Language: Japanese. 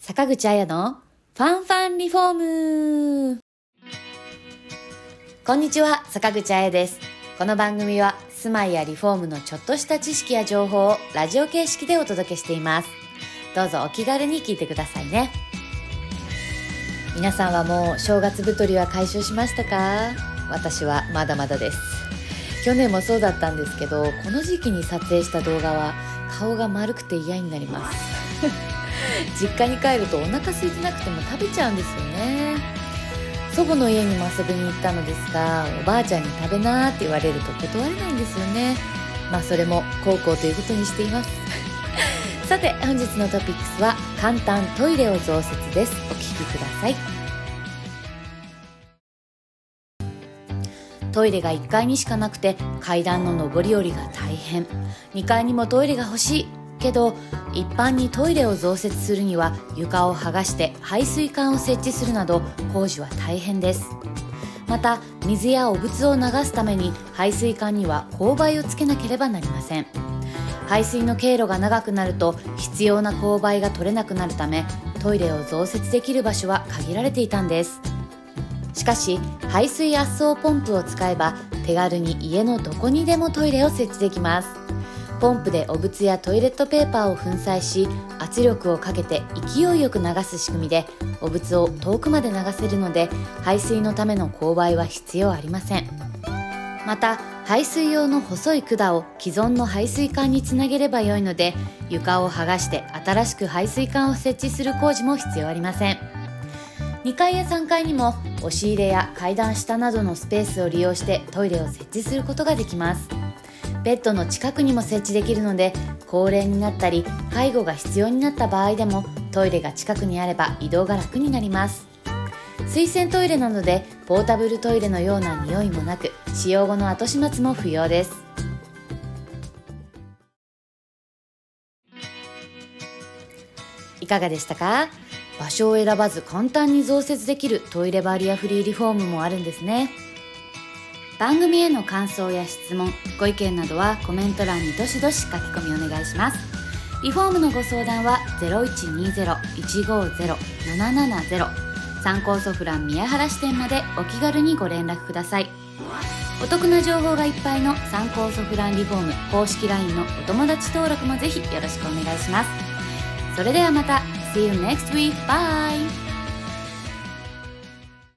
坂口彩のファンファンリフォーム。こんにちは、坂口彩です。この番組は住まいやリフォームのちょっとした知識や情報をラジオ形式でお届けしています。どうぞお気軽に聞いてくださいね。皆さんはもう正月太りは解消しましたか？私はまだまだです。去年もそうだったんですけど、この時期に撮影した動画は顔が丸くて嫌になります実家に帰るとお腹空いてなくても食べちゃうんですよね。祖母の家にも遊びに行ったのですが、おばあちゃんに食べなーって言われると断れないんですよね。それも孝行ということにしていますさて本日のトピックスは簡単トイレを増設です。お聞きください。トイレが1階にしかなくて階段の上り下りが大変、2階にもトイレが欲しいけど、一般にトイレを増設するには床を剥がして排水管を設置するなど工事は大変です。また水や汚物を流すために排水管には勾配をつけなければなりません。排水の経路が長くなると必要な勾配が取れなくなるため、トイレを増設できる場所は限られていたんです。しかし排水圧送ポンプを使えば手軽に家のどこにでもトイレを設置できます。ポンプで汚物やトイレットペーパーを粉砕し、圧力をかけて勢いよく流す仕組みで汚物を遠くまで流せるので、排水のための勾配は必要ありません。また排水用の細い管を既存の排水管につなげればよいので、床を剥がして新しく排水管を設置する工事も必要ありません。2階や3階にも押し入れや階段下などのスペースを利用してトイレを設置することができます。ベッドの近くにも設置できるので、高齢になったり介護が必要になった場合でもトイレが近くにあれば移動が楽になります。水洗トイレなのでポータブルトイレのような匂いもなく、使用後の後始末も不要です。いかがでしたか？場所を選ばず簡単に増設できるトイレバリアフリーリフォームもあるんですね。番組への感想や質問、ご意見などはコメント欄にどしどし書き込みお願いします。リフォームのご相談は 0120-150-770 参考ソフラン宮原支店までお気軽にご連絡ください。お得な情報がいっぱいの参考ソフランリフォーム公式 LINE のお友達登録もぜひよろしくお願いします。それではまた See you next week. Bye!